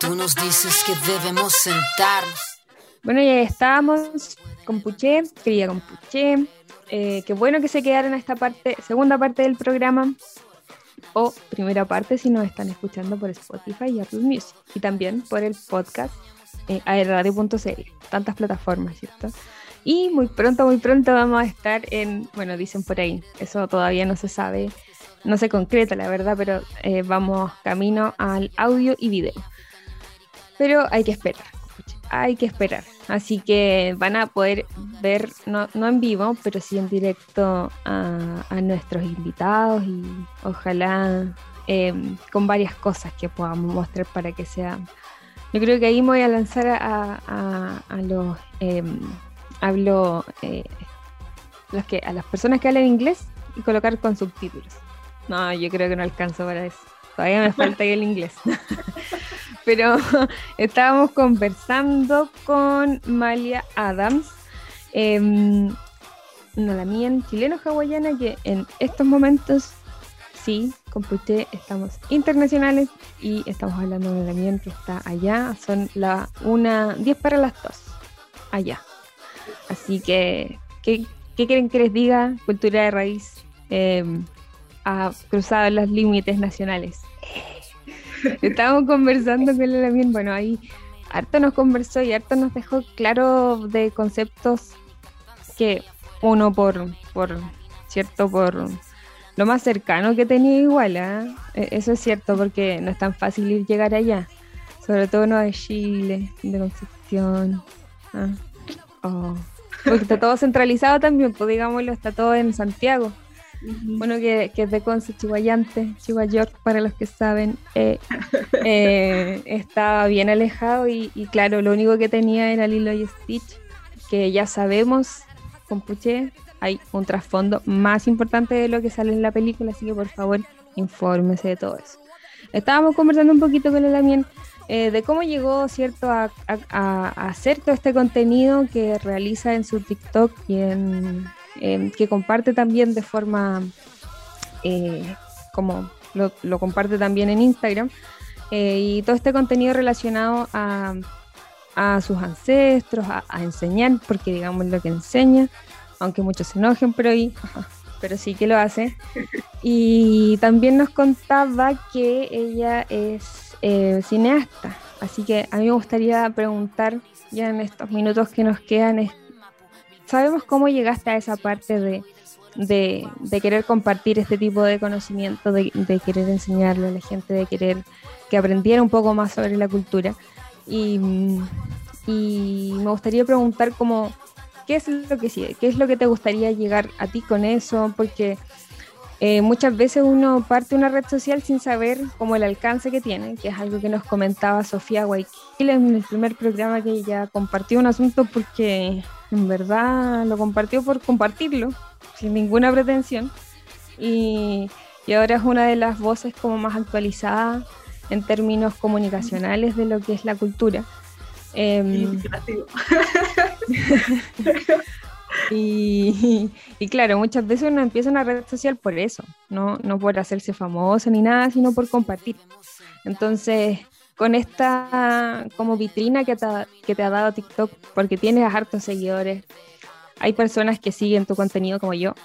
Tú nos dices que debemos sentarnos. Bueno, ya estábamos con Puché, querida con Puché. Qué bueno que se quedaron a esta parte, segunda parte del programa, o primera parte si nos están escuchando por Spotify y Apple Music, y también por el podcast aerradio.cl, tantas plataformas, ¿cierto? Y muy pronto vamos a estar en, bueno, dicen por ahí, eso todavía no se sabe, no se concreta la verdad, pero vamos camino al audio y video. Pero hay que esperar. Así que van a poder ver, no en vivo, pero sí en directo a nuestros invitados y ojalá con varias cosas que podamos mostrar para que sea. Yo creo que ahí me voy a lanzar a las personas que hablan inglés y colocar con subtítulos. No, yo creo que no alcanzo para eso. Todavía me falta el inglés. Pero estábamos conversando con Malia Adams, una lamien chileno-hawaiana que en estos momentos, sí, con Puché estamos internacionales y estamos hablando de una lamien que está allá, son 1:10 para las 2, allá. Así que, ¿qué quieren que les diga? Cultura de raíz ha cruzado los límites nacionales. Estábamos conversando con la Lamien, bueno, ahí harto nos conversó y harto nos dejó claro de conceptos que uno por lo más cercano que tenía igual, eso es cierto, porque no es tan fácil llegar allá, sobre todo no de Chile, de Concepción, porque está todo centralizado también, pues digámoslo, está todo en Santiago. Bueno, que es de Conce, Chihuayante, Chihuahua, para los que saben, está bien alejado y claro, lo único que tenía era Lilo y Stitch, que ya sabemos, con Puché, hay un trasfondo más importante de lo que sale en la película, así que por favor, infórmese de todo eso. Estábamos conversando un poquito con la Lamien de cómo llegó, ¿cierto?, a hacer todo este contenido que realiza en su TikTok y que comparte también de forma como lo comparte también en Instagram, y todo este contenido relacionado a sus ancestros, a enseñar, porque digamos lo que enseña, aunque muchos se enojen por ahí, pero sí que lo hace. Y también nos contaba que ella es cineasta, así que a mí me gustaría preguntar ya en estos minutos que nos quedan, ¿sabemos cómo llegaste a esa parte de querer compartir este tipo de conocimiento, de querer enseñarle a la gente, de querer que aprendiera un poco más sobre la cultura? Y me gustaría preguntar ¿qué es lo que sigue? ¿Qué es lo que te gustaría llegar a ti con eso? Porque muchas veces uno parte una red social sin saber como el alcance que tiene, que es algo que nos comentaba Sofía Guayaquil en el primer programa, que ella compartió un asunto porque en verdad lo compartió por compartirlo, sin ninguna pretensión, y ahora es una de las voces como más actualizadas en términos comunicacionales de lo que es la cultura. Y claro, muchas veces uno empieza una red social por eso, no por hacerse famoso ni nada, sino por compartir. Entonces, con esta como vitrina que te ha dado TikTok, porque tienes hartos seguidores, hay personas que siguen tu contenido como yo,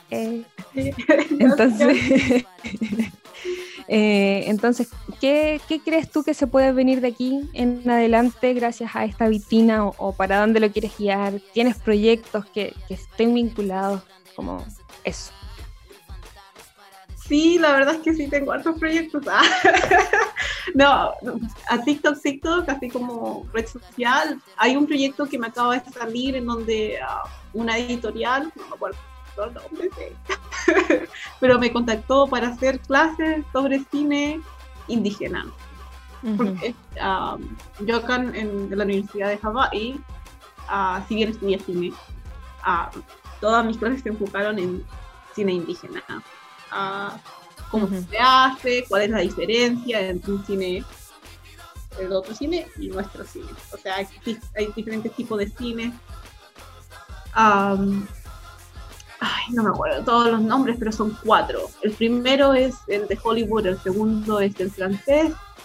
entonces, ¿qué crees tú que se puede venir de aquí en adelante gracias a esta vitrina, o para dónde lo quieres guiar? ¿Tienes proyectos que estén vinculados como eso? Sí, la verdad es que sí tengo hartos proyectos. No, a TikTok, así como red social, hay un proyecto que me acaba de salir en donde una editorial, no me acuerdo el nombre, pero me contactó para hacer clases sobre cine indígena. Uh-huh. Porque yo acá en la Universidad de Hawái, si bien estudié cine, todas mis clases se enfocaron en cine indígena. Cómo uh-huh. se hace, cuál es la diferencia entre un cine, el otro cine y nuestro cine. O sea, hay diferentes tipos de cine. No me acuerdo todos los nombres, pero son 4. El primero es el de Hollywood, el segundo es el francés,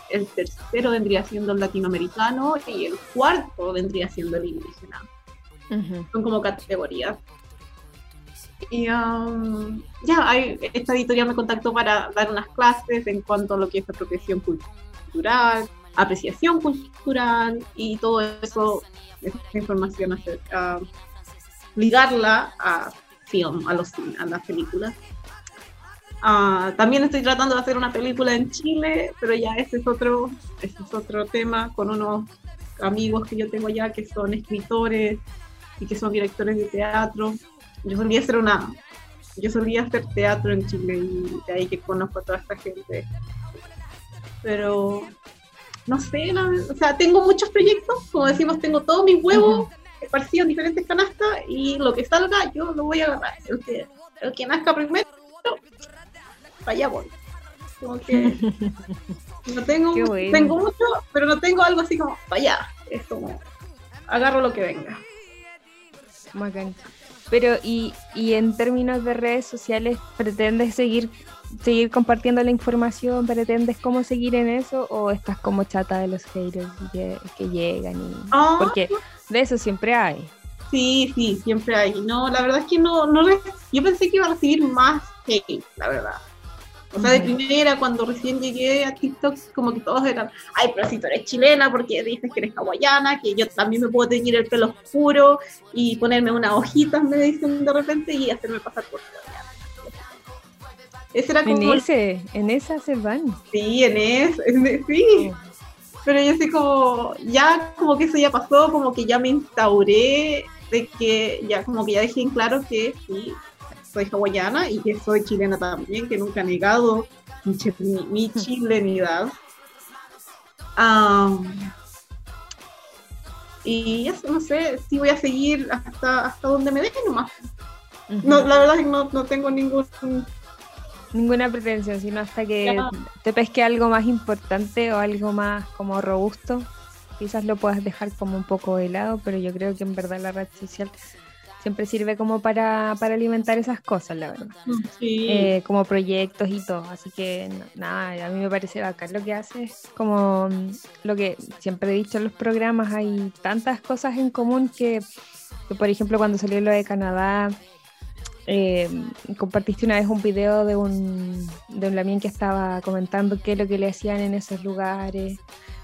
el tercero vendría siendo el latinoamericano y el cuarto vendría siendo el indígena. Son como categorías. Y esta editorial me contactó para dar unas clases en cuanto a lo que es apropiación cultural, apreciación cultural y todo eso, esa información, ligarla a film, a las películas. También estoy tratando de hacer una película en Chile, pero ya ese es otro tema, con unos amigos que yo tengo ya que son escritores y que son directores de teatro. Yo solía hacer teatro en Chile y de ahí que conozco a toda esta gente. Pero no sé, o sea, tengo muchos proyectos, como decimos, tengo todos mis huevos esparcidos en diferentes canastas y lo que salga yo lo voy a agarrar. El que nazca primero, para allá voy. Como que no tengo mucho, pero no tengo algo así como para allá. Es como agarro lo que venga. Bacán. Pero y en términos de redes sociales, ¿pretendes seguir compartiendo la información? ¿Pretendes cómo seguir en eso? ¿O estás como chata de los haters que llegan? Porque de eso siempre hay. Sí, siempre hay. No, la verdad es que no yo pensé que iba a recibir más hate, la verdad. O sea, de primera, cuando recién llegué a TikTok, como que todos eran, ay, pero si tú eres chilena, porque dices que eres hawaiana, que yo también me puedo teñir el pelo oscuro y ponerme unas hojitas, me dicen de repente, y hacerme pasar por hawaiana. Ese era como... En esa se van. Sí, sí. Pero yo sé como, ya como que eso ya pasó, como que ya me instauré de que ya como que ya dejé en claro que sí, soy hawaiana y que soy chilena también, que nunca he negado mi chilenidad. Y eso, no sé, sí voy a seguir hasta donde me dejen nomás. No, la verdad es que no tengo ninguna pretensión, sino hasta que te pesque algo más importante o algo más como robusto. Quizás lo puedas dejar como un poco de lado, pero yo creo que en verdad la red social siempre sirve como para alimentar esas cosas, la verdad. Sí. Como proyectos y todo. Así que nada, a mí me parece bacán lo que haces. Como lo que siempre he dicho en los programas, hay tantas cosas en común que por ejemplo, cuando salió lo de Canadá, compartiste una vez un video de un lamien que estaba comentando qué es lo que le hacían en esos lugares.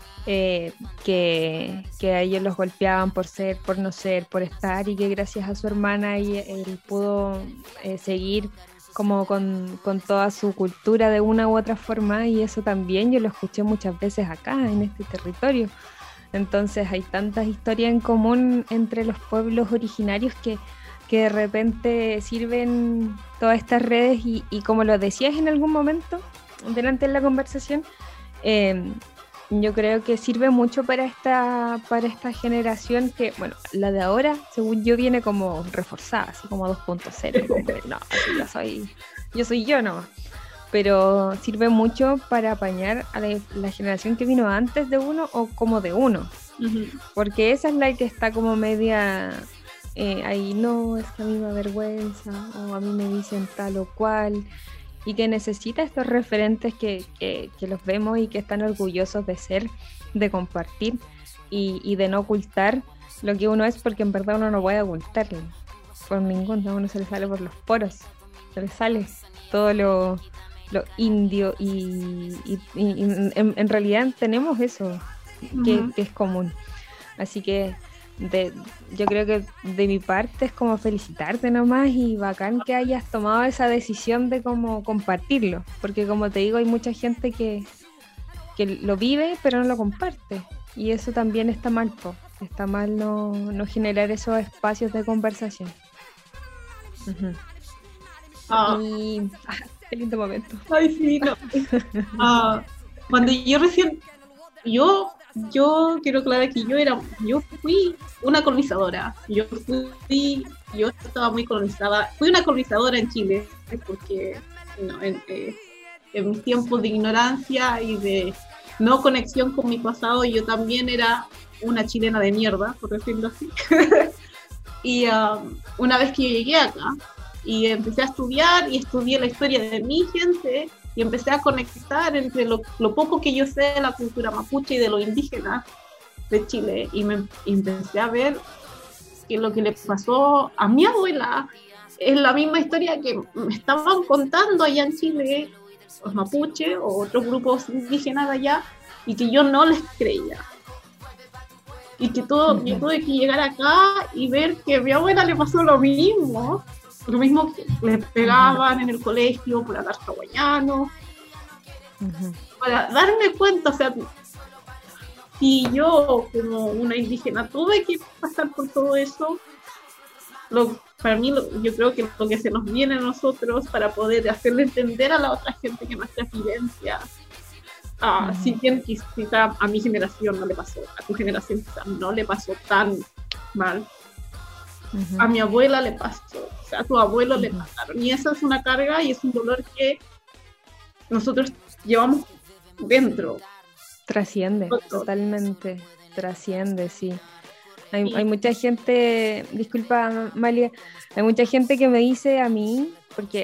Que a ellos los golpeaban por no ser, por estar, y que gracias a su hermana él pudo seguir como con toda su cultura de una u otra forma, y eso también yo lo escuché muchas veces acá en este territorio. Entonces hay tantas historias en común entre los pueblos originarios que de repente sirven todas estas redes y como lo decías en algún momento delante de la conversación, yo creo que sirve mucho para esta generación que, bueno, la de ahora, según yo, viene como reforzada, así como 2.0, como que, no, así yo soy yo nomás. Pero sirve mucho para apañar a la generación que vino antes de uno o como de uno. Porque esa es la que está como media... ahí no, es que a mí me avergüenza, o a mí me dicen tal o cual... y que necesita estos referentes que los vemos y que están orgullosos de ser, de compartir y de no ocultar lo que uno es, porque en verdad uno no puede ocultarlo por uno se le sale por los poros, se le sale todo lo indio y en realidad tenemos eso que es común. Así que yo creo que de mi parte es como felicitarte nomás, y bacán que hayas tomado esa decisión de cómo compartirlo, porque como te digo, hay mucha gente que lo vive pero no lo comparte, y eso también está mal, está mal no generar esos espacios de conversación. Qué lindo momento. Ay, sí, no. Cuando yo quiero aclarar que yo fui una colonizadora. Yo estaba muy colonizada. Fui una colonizadora en Chile, porque en mis tiempos de ignorancia y de no conexión con mi pasado, yo también era una chilena de mierda, por decirlo así. Y una vez que yo llegué acá, y empecé a estudiar y estudié la historia de mi gente y empecé a conectar entre lo poco que yo sé de la cultura mapuche y de los indígenas de Chile y empecé a ver que lo que le pasó a mi abuela es la misma historia que me estaban contando allá en Chile los mapuche o otros grupos indígenas de allá y que yo no les creía. Y que yo tuve que llegar acá y ver que a mi abuela le pasó lo mismo que le pegaban en el colegio por hablar hawaiano, para darme cuenta, o sea, si yo como una indígena tuve que pasar por todo eso, para mí yo creo que lo que se nos viene a nosotros para poder hacerle entender a la otra gente que nuestras vivencias, si bien quizá a mi generación no le pasó, a tu generación quizá no le pasó tan mal, a mi abuela le pasó, o sea, a tu abuelo le pasaron, y esa es una carga y es un dolor que nosotros llevamos dentro. Trasciende, totalmente, trasciende, sí. Hay mucha gente, disculpa Malia, hay mucha gente que me dice a mí, porque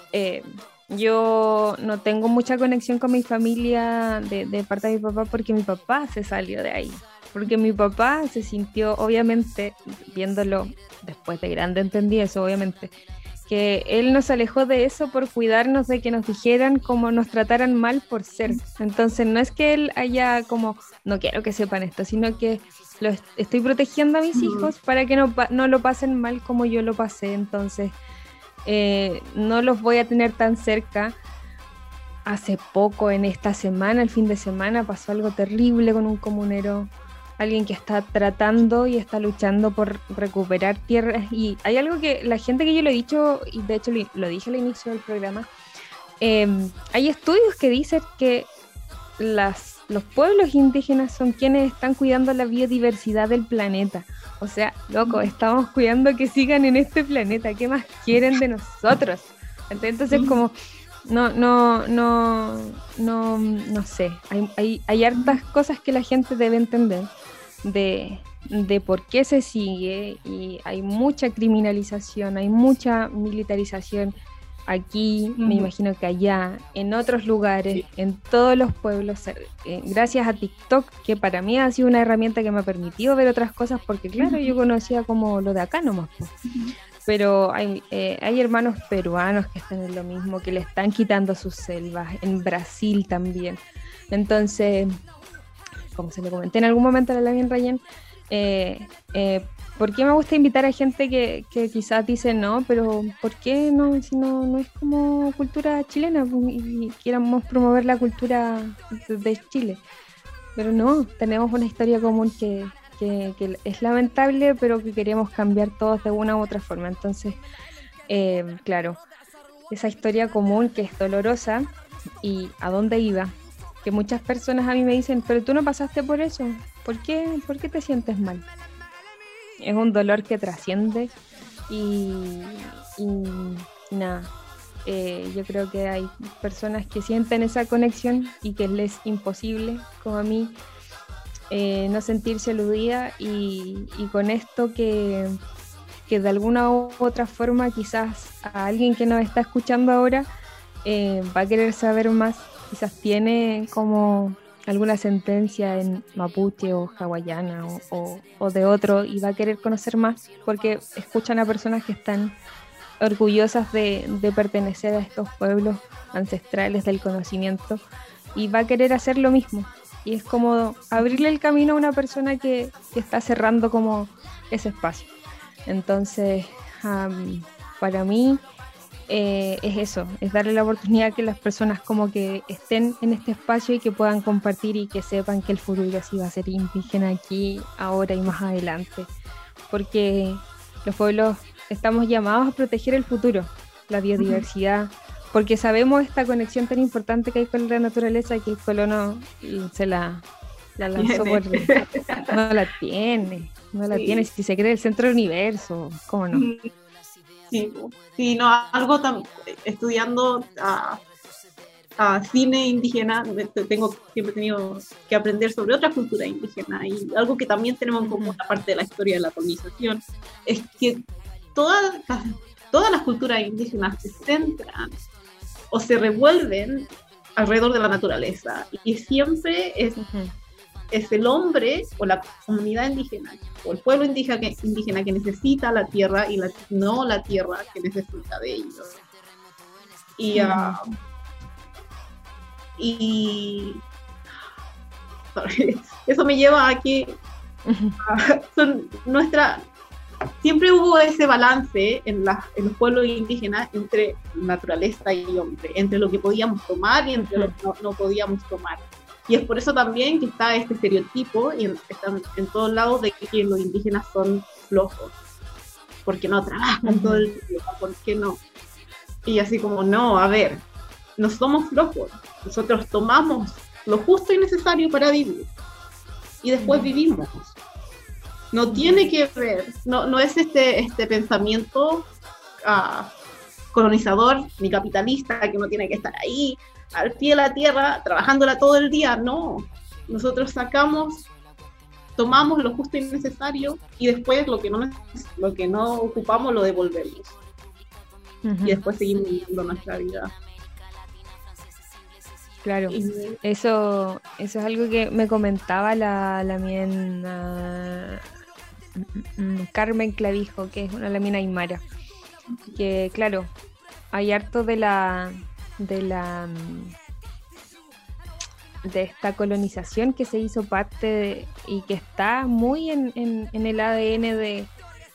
yo no tengo mucha conexión con mi familia de parte de mi papá, porque mi papá se salió de ahí, porque mi papá se sintió, obviamente, viéndolo después de grande entendí eso, obviamente, que él nos alejó de eso por cuidarnos de que nos dijeran cómo nos trataran mal por ser. Entonces no es que él haya como, no quiero que sepan esto, sino que estoy protegiendo a mis hijos para que no lo pasen mal como yo lo pasé. Entonces no los voy a tener tan cerca. Hace poco, en esta semana, el fin de semana, pasó algo terrible con un comunero, alguien que está tratando y está luchando por recuperar tierras. Y hay algo que la gente que yo lo he dicho, y de hecho lo dije al inicio del programa, hay estudios que dicen que los pueblos indígenas son quienes están cuidando la biodiversidad del planeta. O sea, loco, estamos cuidando que sigan en este planeta. ¿Qué más quieren de nosotros? Entonces como no sé, hay hartas cosas que la gente debe entender de por qué se sigue, y hay mucha criminalización, hay mucha militarización aquí, me imagino que allá, en otros lugares, en todos los pueblos, gracias a TikTok, que para mí ha sido una herramienta que me ha permitido ver otras cosas, porque claro, yo conocía como lo de acá nomás, pues. Pero hay hermanos peruanos que están en lo mismo, que le están quitando sus selvas, en Brasil también. Entonces, como se le comenté en algún momento a la Lavín Rayén, ¿por qué me gusta invitar a gente que quizás dice no, pero ¿por qué no? Si no es como cultura chilena y queramos promover la cultura de Chile. Pero no, tenemos una historia común que es lamentable, pero que queremos cambiar todos de una u otra forma. Entonces, claro, esa historia común que es dolorosa, y a dónde iba, que muchas personas a mí me dicen, pero tú no pasaste por eso, ¿por qué te sientes mal? Es un dolor que trasciende y nada, yo creo que hay personas que sienten esa conexión y que les es imposible, como a mí, no sentirse aludida, y con esto que de alguna u otra forma quizás a alguien que nos está escuchando ahora va a querer saber más, quizás tiene como alguna sentencia en mapuche o hawaiana o de otro, y va a querer conocer más porque escuchan a personas que están orgullosas de pertenecer a estos pueblos ancestrales del conocimiento, y va a querer hacer lo mismo. Y es como abrirle el camino a una persona que está cerrando como ese espacio. Entonces, para mí es eso, es darle la oportunidad a que las personas como que estén en este espacio y que puedan compartir y que sepan que el futuro sí va a ser indígena aquí, ahora y más adelante. Porque los pueblos estamos llamados a proteger el futuro, la biodiversidad, porque sabemos esta conexión tan importante que hay con la naturaleza, y que el colono se la lanzó por... No la tiene, si se cree el centro del universo, ¿cómo no? Sí, no, algo estudiando a cine indígena, siempre he tenido que aprender sobre otra cultura indígena, y algo que también tenemos en común, aparte de la historia de la colonización, es que todas todas las culturas indígenas se centran o se revuelven alrededor de la naturaleza, y siempre es el hombre o la comunidad indígena o el pueblo indígena que necesita la tierra y no la tierra que necesita de ellos. Y eso me lleva a que siempre hubo ese balance en los pueblos indígenas entre naturaleza y hombre, entre lo que podíamos tomar y entre lo que no podíamos tomar. Y es por eso también que está este estereotipo, y están en todos lados, de que los indígenas son flojos, porque no trabajan todo el tiempo, ¿por qué no? Y así como, no, a ver, no somos flojos, nosotros tomamos lo justo y necesario para vivir, y después vivimos. No tiene que ver, no es este pensamiento colonizador ni capitalista, que uno tiene que estar ahí al pie de la tierra trabajándola todo el día. No, nosotros tomamos lo justo y necesario, y después lo que no ocupamos lo devolvemos, y después seguimos viviendo nuestra vida. Claro, eso es algo que me comentaba la Carmen Clavijo, que es una lamina aymara, que claro, hay harto de esta colonización que se hizo parte y que está muy en el ADN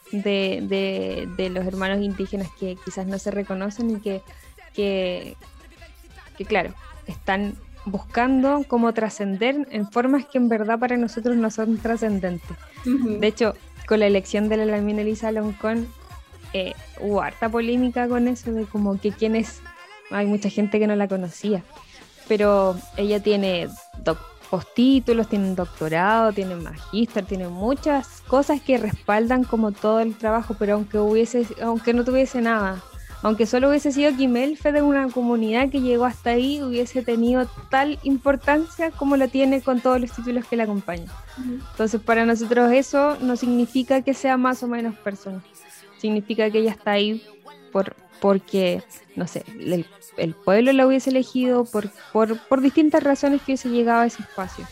de los hermanos indígenas, que quizás no se reconocen, y que claro, están buscando cómo trascender en formas que en verdad para nosotros no son trascendentes. De hecho, con la elección de la lamina Elisa Loncón, hubo harta polémica con eso, de como que quién es. Hay mucha gente que no la conocía, pero ella tiene postítulos, tiene un doctorado, tiene un magíster, tiene muchas cosas que respaldan como todo el trabajo, pero aunque no tuviese nada, aunque solo hubiese sido quimelfe de una comunidad que llegó hasta ahí, hubiese tenido tal importancia como la tiene con todos los títulos que la acompañan. Entonces, para nosotros eso no significa que sea más o menos persona, significa que ella está ahí porque, no sé, el pueblo la hubiese elegido, por distintas razones que hubiese llegado a ese espacio.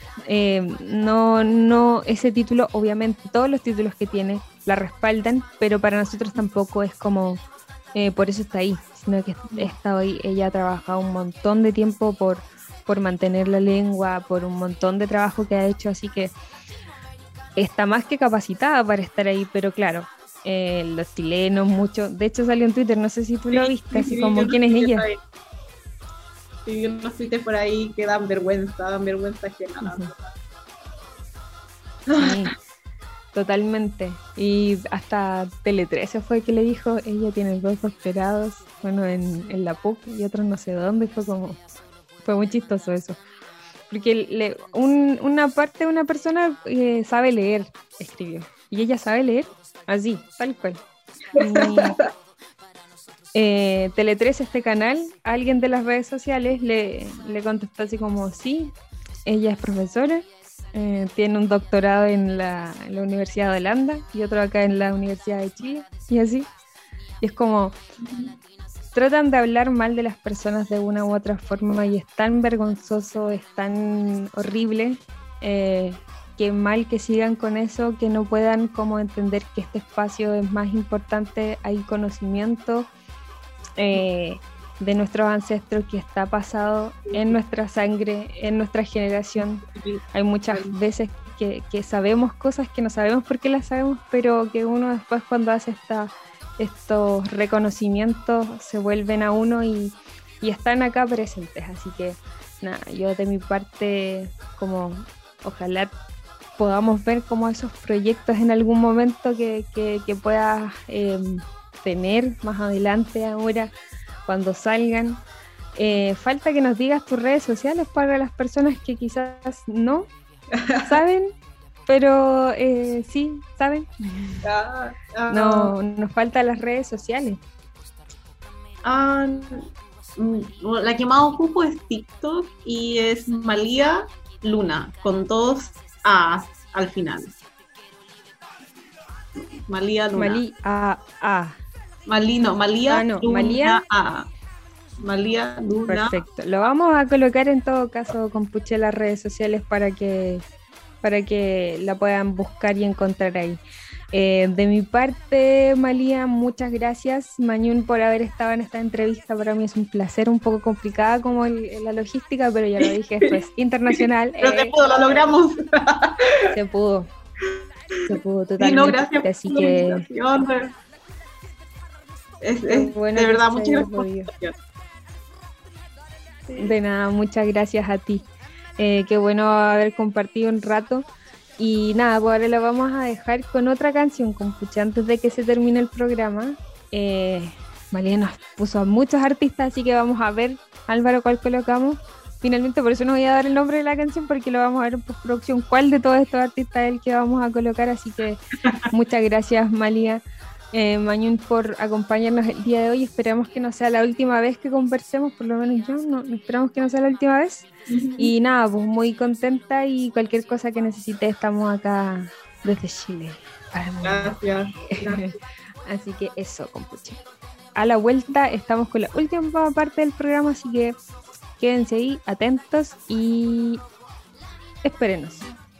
No, ese título, obviamente, todos los títulos que tiene la respaldan, pero para nosotros tampoco es como, por eso está ahí, sino que está ahí, ella ha trabajado un montón de tiempo por mantener la lengua, por un montón de trabajo que ha hecho, así que está más que capacitada para estar ahí, pero claro, los chilenos, muchos, de hecho salió en Twitter, no sé si tú lo viste, así como, ¿quién es ella? Sí, unos tweets por ahí que dan vergüenza ajena. Sí, totalmente. Y hasta Tele 13 fue que le dijo, ella tiene 2 doctorados, bueno, en la PUC y otros no sé dónde, fue muy chistoso eso. Porque una persona sabe leer, escribió, y ella sabe leer, así, tal cual. Tele 13, este canal, alguien de las redes sociales le contestó así como, sí, ella es profesora, tiene un doctorado en la Universidad de Holanda y otro acá en la Universidad de Chile, y así. Y es como, tratan de hablar mal de las personas de una u otra forma, y es tan vergonzoso, es tan horrible, que mal que sigan con eso, que no puedan como entender que este espacio es más importante, hay conocimiento de nuestros ancestros que está pasado en nuestra sangre, en nuestra generación. Hay muchas veces que sabemos cosas que no sabemos por qué las sabemos, pero que uno después, cuando hace estos reconocimientos, se vuelven a uno y están acá presentes. Así que nada, yo de mi parte, como ojalá podamos ver como esos proyectos en algún momento que puedas tener más adelante, ahora cuando salgan. Falta que nos digas tus redes sociales para las personas que quizás no saben, pero sí saben. No, nos faltan las redes sociales. La que más ocupo es TikTok, y es Malia Luna, con 2 A al final. Malia Luna. Malía Luna. Malía Luna. Perfecto. Lo vamos a colocar en todo caso, Compuche, en las redes sociales para que la puedan buscar y encontrar ahí. De mi parte, Malía, muchas gracias, Mañún, por haber estado en esta entrevista. Para mí es un placer, un poco complicada como la logística, pero ya lo dije, esto es internacional. Pero se pudo, lo logramos. Se pudo totalmente. Sí, no, gracias así por que la invitación. Es bueno, de verdad, muchas gracias. De nada, muchas gracias a ti. Qué bueno haber compartido un rato. Y nada, pues ahora la vamos a dejar con otra canción, Compuche, antes de que se termine el programa. Malía nos puso a muchos artistas, así que vamos a ver, Álvaro, cuál colocamos. Finalmente, por eso no voy a dar el nombre de la canción, porque lo vamos a ver en postproducción, cuál de todos estos artistas es el que vamos a colocar. Así que muchas gracias, Malía, Mañún, por acompañarnos el día de hoy. Esperamos que no sea la última vez que conversemos, por lo menos yo, no esperamos que no sea la última vez. Y nada, pues muy contenta, y cualquier cosa que necesite estamos acá desde Chile. Gracias. Así que eso, Compuche. A la vuelta estamos con la última parte del programa, así que quédense ahí, atentos y espérenos.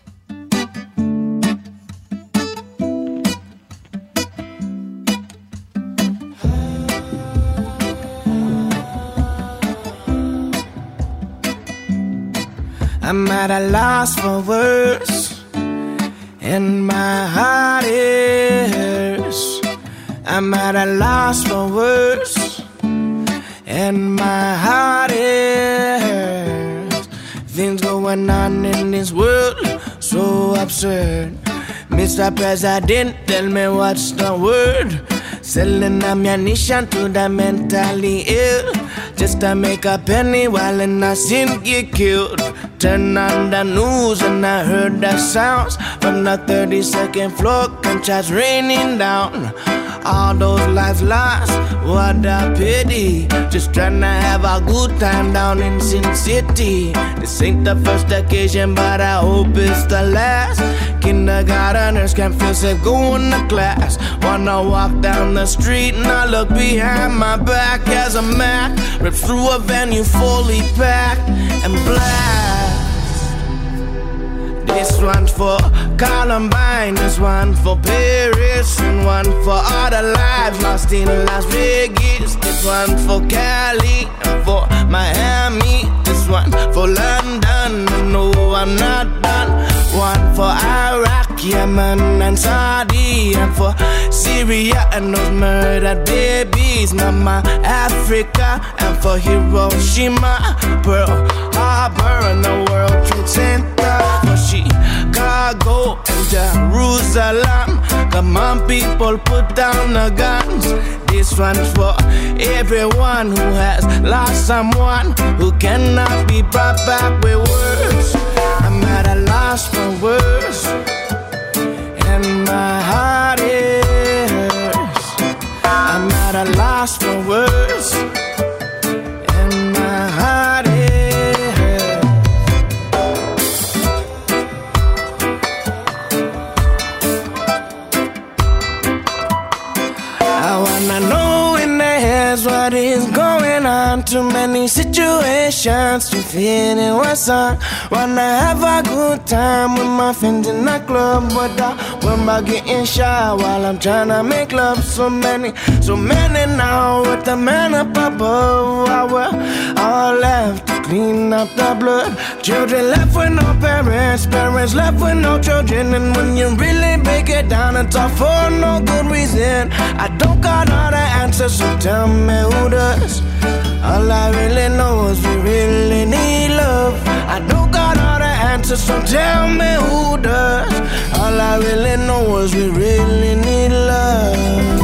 I'm at a loss for words, and my heart it hurts. I'm at a loss for words, and my heart it hurts. Things going on in this world so absurd. Mr. President, tell me what's the word? Selling ammunition to the mentally ill, just to make a penny while innocent get killed. Turn on the news and I heard the sounds from the 32nd floor, gunshots raining down. All those lives lost, what a pity. Just trying to have a good time down in Sin City. This ain't the first occasion, but I hope it's the last. Kindergarteners can't feel safe going to class. Wanna walk down the street and I look behind my back as a Mac rips through a venue fully packed and blast. This one's for Columbine, this one for Paris, and one for all the lives lost in Las Vegas. This one for Cali and for Miami. This one for London, no I'm not done. One for Iraq, Yemen and Saudi, and for Syria and those murdered babies. Mama Africa, and for Hiroshima, Pearl Harbor and the World Trade Center. For Chicago and Jerusalem, come on people, put down the guns. This one's for everyone who has lost someone, who cannot be brought back with words. I'm at a loss for words, and my heart it hurts. I'm at a loss for words, and my heart it hurts. I wanna know in their heads what is going on. Too many situations to fit in one song. Wanna have a good time with my friends in the club, but I remember getting shy while I'm tryna make love. So many now with the man up above. I will all left to clean up the blood. Children left with no parents, parents left with no children. And when you really break it down, it's all for no good reason. I don't got all the answers, so tell me who does. All I really know is we really need love. I don't got all the answers, so tell me who does. All I really know is we really need love.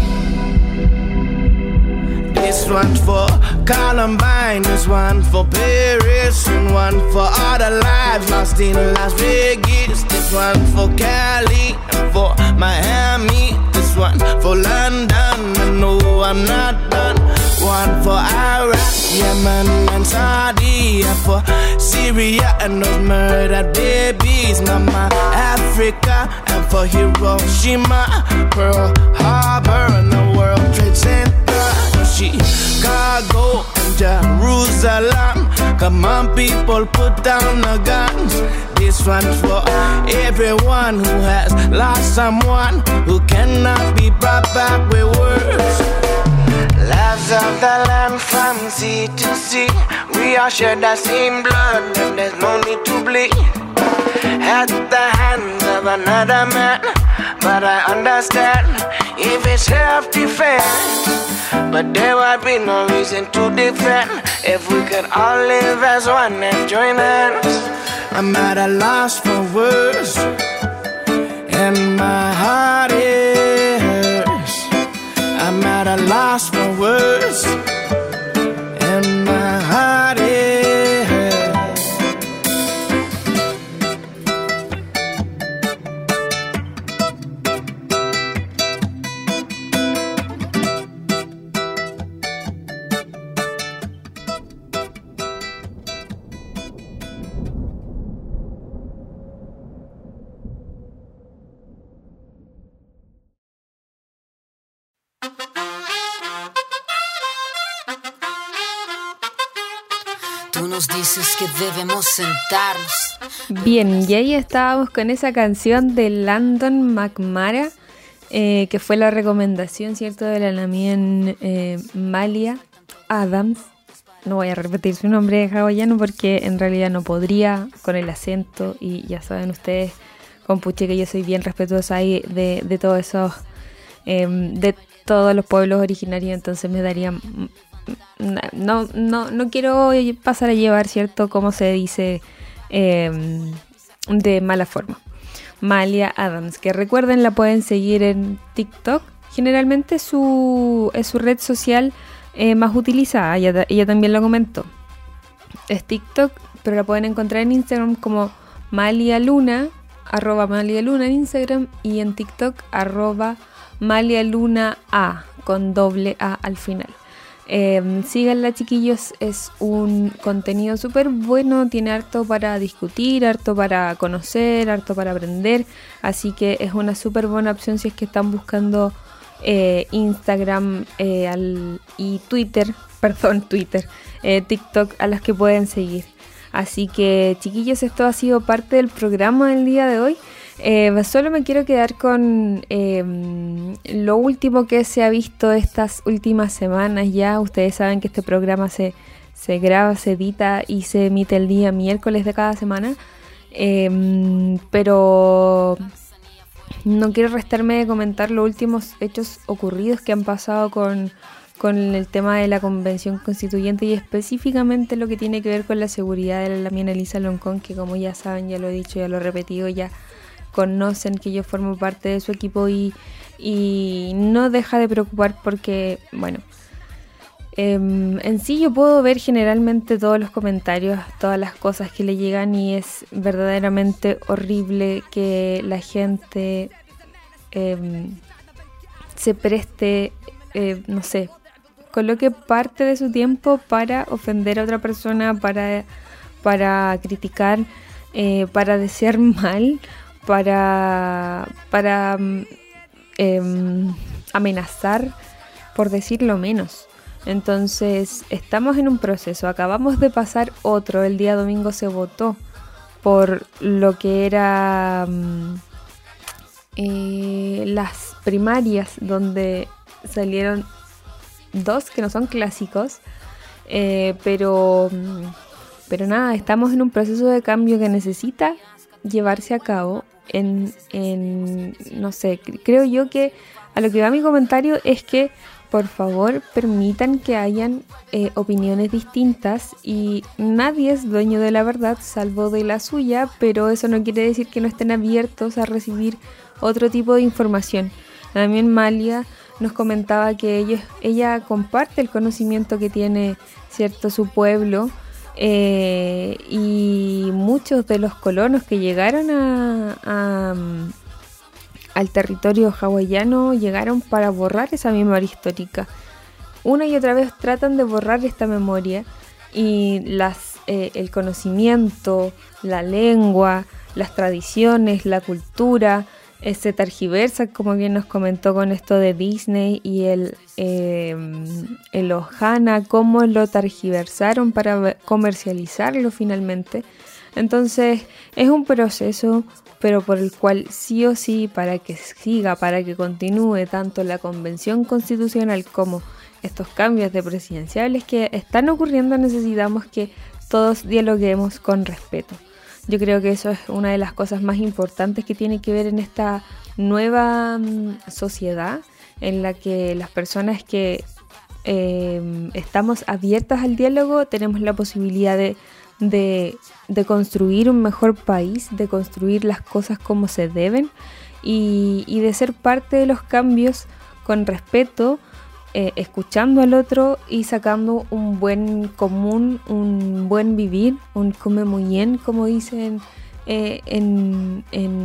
This one's for Columbine, this one for Paris, and one for all the lives lost in Las Vegas. This one for Cali and for Miami. This one for London, and no, I'm not done. One for Iraq, Yemen and Saudi, and for Syria and those murdered babies. Mama Africa and for Hiroshima, Pearl Harbor and the World Trade Center, Chicago and Jerusalem. Come on people, put down the guns. This one's for everyone who has lost someone, who cannot be brought back with words. Lives of the land from sea to sea, we all share the same blood and there's no need to bleed at the hands of another man. But I understand if it's self-defense, but there would be no reason to defend if we could all live as one and join hands. I'm at a loss for words, and my heart it hurts. I'm at a loss for words, and my heart it hurts. Tú nos dices que debemos sentarnos. Bien, y ahí estábamos con esa canción de Landon McMara, que fue la recomendación, ¿cierto?, de la Lamien Malia Adams. No voy a repetir su nombre hawaiano porque en realidad no podría con el acento, y ya saben ustedes, compuche, que yo soy bien respetuosa ahí de todos esos, de todos los pueblos originarios, entonces me daría... No quiero pasar a llevar, ¿cierto?, como se dice de mala forma. Malia Adams, que recuerden, la pueden seguir en TikTok. Generalmente es su red social más utilizada. Ella también lo comentó. Es TikTok, pero la pueden encontrar en Instagram como Malia Luna, @MaliaLuna en Instagram, y en TikTok @MaliaLuna A, con doble A al final. Síganla, chiquillos, es un contenido súper bueno, tiene harto para discutir, harto para conocer, harto para aprender, así que es una súper buena opción si es que están buscando Instagram y Twitter, TikTok, a las que pueden seguir. Así que, chiquillos, esto ha sido parte del programa del día de hoy. Solo me quiero quedar con lo último que se ha visto estas últimas semanas. Ya ustedes saben que este programa se graba, se edita y se emite el día miércoles de cada semana, pero no quiero restarme de comentar los últimos hechos ocurridos que han pasado con el tema de la Convención Constituyente, y específicamente lo que tiene que ver con la seguridad de la Lamien Elisa Loncón, que, como ya saben, ya lo he dicho, ya lo he repetido, ya conocen que yo formo parte de su equipo, y no deja de preocupar porque, bueno, en sí yo puedo ver generalmente todos los comentarios, todas las cosas que le llegan, y es verdaderamente horrible que la gente se preste, no sé, coloque parte de su tiempo para ofender a otra persona, para criticar, para desear mal, para amenazar, por decirlo menos. Entonces, estamos en un proceso, acabamos de pasar otro, el día domingo se votó por lo que era las primarias, donde salieron dos que no son clásicos, pero nada, estamos en un proceso de cambio que necesita llevarse a cabo no sé, creo yo que a lo que va mi comentario es que por favor permitan que hayan opiniones distintas, y nadie es dueño de la verdad salvo de la suya, pero eso no quiere decir que no estén abiertos a recibir otro tipo de información. También Malia nos comentaba que ella comparte el conocimiento que tiene, cierto, su pueblo, y muchos de los colonos que llegaron al territorio hawaiano llegaron para borrar esa memoria histórica. Una y otra vez tratan de borrar esta memoria, y las el conocimiento, la lengua, las tradiciones, la cultura, se tergiversa, como bien nos comentó con esto de Disney y el Ohana, cómo lo tergiversaron para comercializarlo finalmente. Entonces es un proceso, pero por el cual sí o sí, para que siga, para que continúe tanto la convención constitucional como estos cambios de presidenciales que están ocurriendo, necesitamos que todos dialoguemos con respeto. Yo creo que eso es una de las cosas más importantes que tiene que ver en esta nueva sociedad, en la que las personas que estamos abiertas al diálogo tenemos la posibilidad de construir un mejor país, de construir las cosas como se deben y de ser parte de los cambios con respeto, escuchando al otro y sacando un buen común, un buen vivir, un come muy bien, como dicen en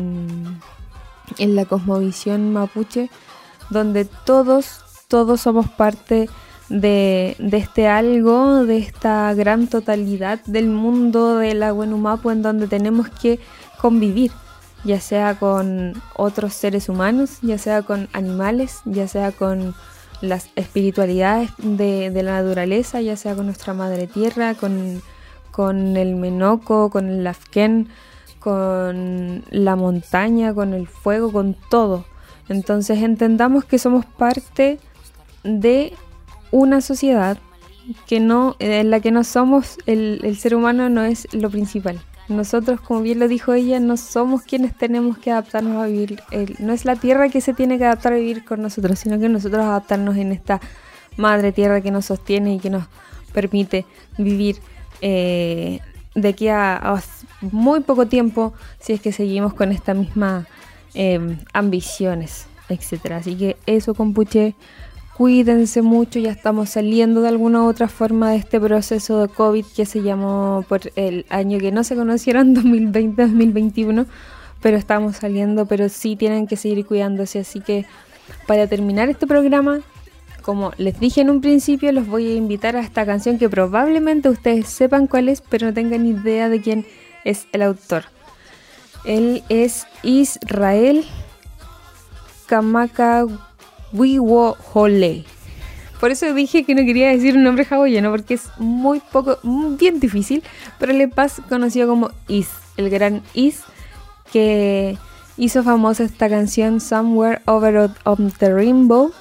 la cosmovisión mapuche, donde todos somos parte de este algo, de esta gran totalidad del mundo de la Huenumapu, en donde tenemos que convivir, ya sea con otros seres humanos, ya sea con animales, ya sea con las espiritualidades de la naturaleza, ya sea con nuestra madre tierra, con el menoco, con el lafquén, con la montaña, con el fuego, con todo. Entonces entendamos que somos parte de una sociedad en la que no somos, el ser humano no es lo principal. Nosotros, como bien lo dijo ella, no somos quienes tenemos que adaptarnos a vivir. No es la tierra que se tiene que adaptar a vivir con nosotros, sino que nosotros adaptarnos en esta madre tierra que nos sostiene y que nos permite vivir de aquí a muy poco tiempo, si es que seguimos con esta misma ambiciones, etcétera. Así que eso, compuche. Cuídense mucho, ya estamos saliendo de alguna u otra forma de este proceso de COVID que se llamó por el año que no se conocieron, 2020-2021, pero estamos saliendo, pero sí tienen que seguir cuidándose. Así que para terminar este programa, como les dije en un principio, los voy a invitar a esta canción que probablemente ustedes sepan cuál es, pero no tengan idea de quién es el autor. Él es Israel Kamaka Wiwo Hole. Por eso dije que no quería decir un nombre hawaiano, porque es bien difícil, pero él es más conocido como Is, el gran Is, que hizo famosa esta canción Somewhere Over on the Rainbow.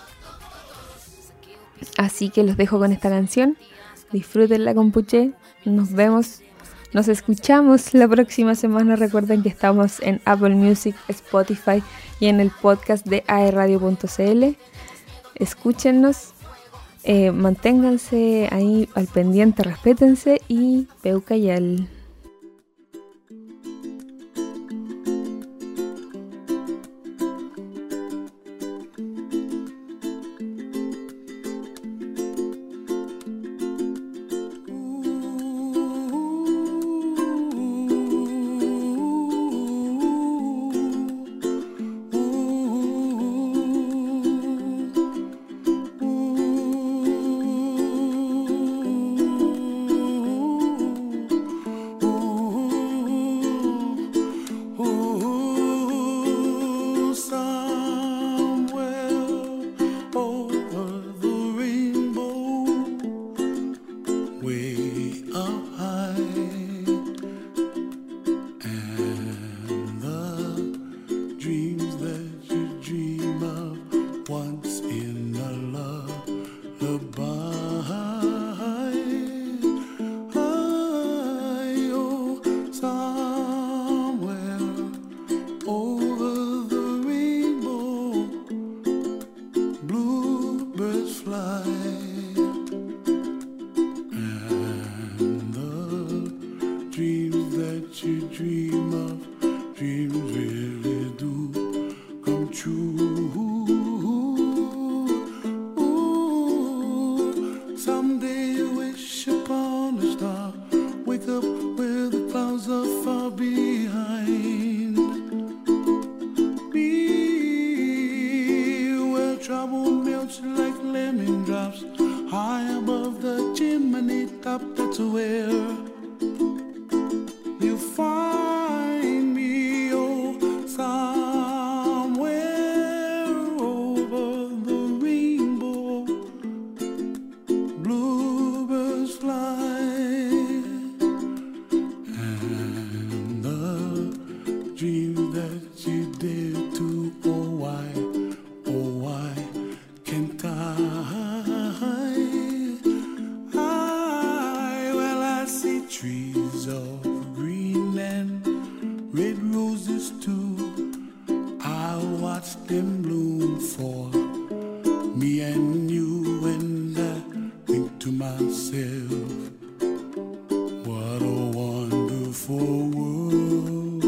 Así que los dejo con esta canción. Disfrútenla, compuche. Nos escuchamos la próxima semana. Recuerden que estamos en Apple Music, Spotify y en el podcast de aerradio.cl. Escúchenos, manténganse ahí al pendiente, respétense y Peucayal. Like lemon drops high above the chimney top, that's where trees of green and red roses too. I watch them bloom for me and you, and I think to myself, what a wonderful world.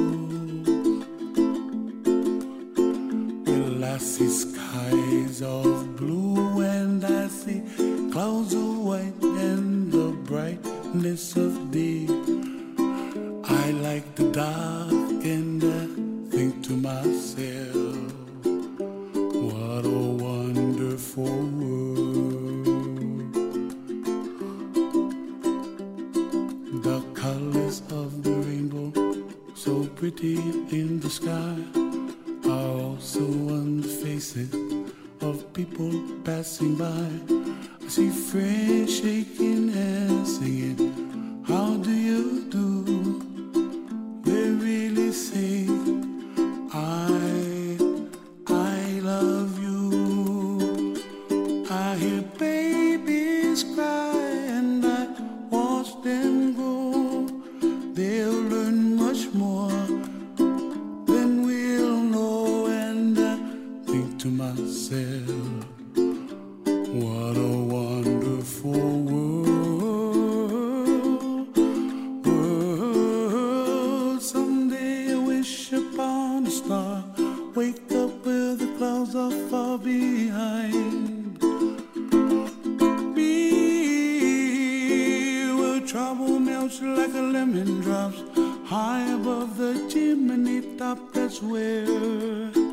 Well, I see skies of blue and I see clouds of white and the brightness of day. I like the dark and I think to myself, what a wonderful world. The colors of the rainbow, so pretty in the sky, are also on the faces of people passing by. I see friends shaking and singing, how do you do? They really say, I love you. I hear babies cry and I watch them grow. They'll learn much more than we'll know, and I think to myself, what a wonderful world. Someday I wish upon a star, wake up where the clouds are far behind me, where trouble melts like a lemon drops high above the chimney top. That's where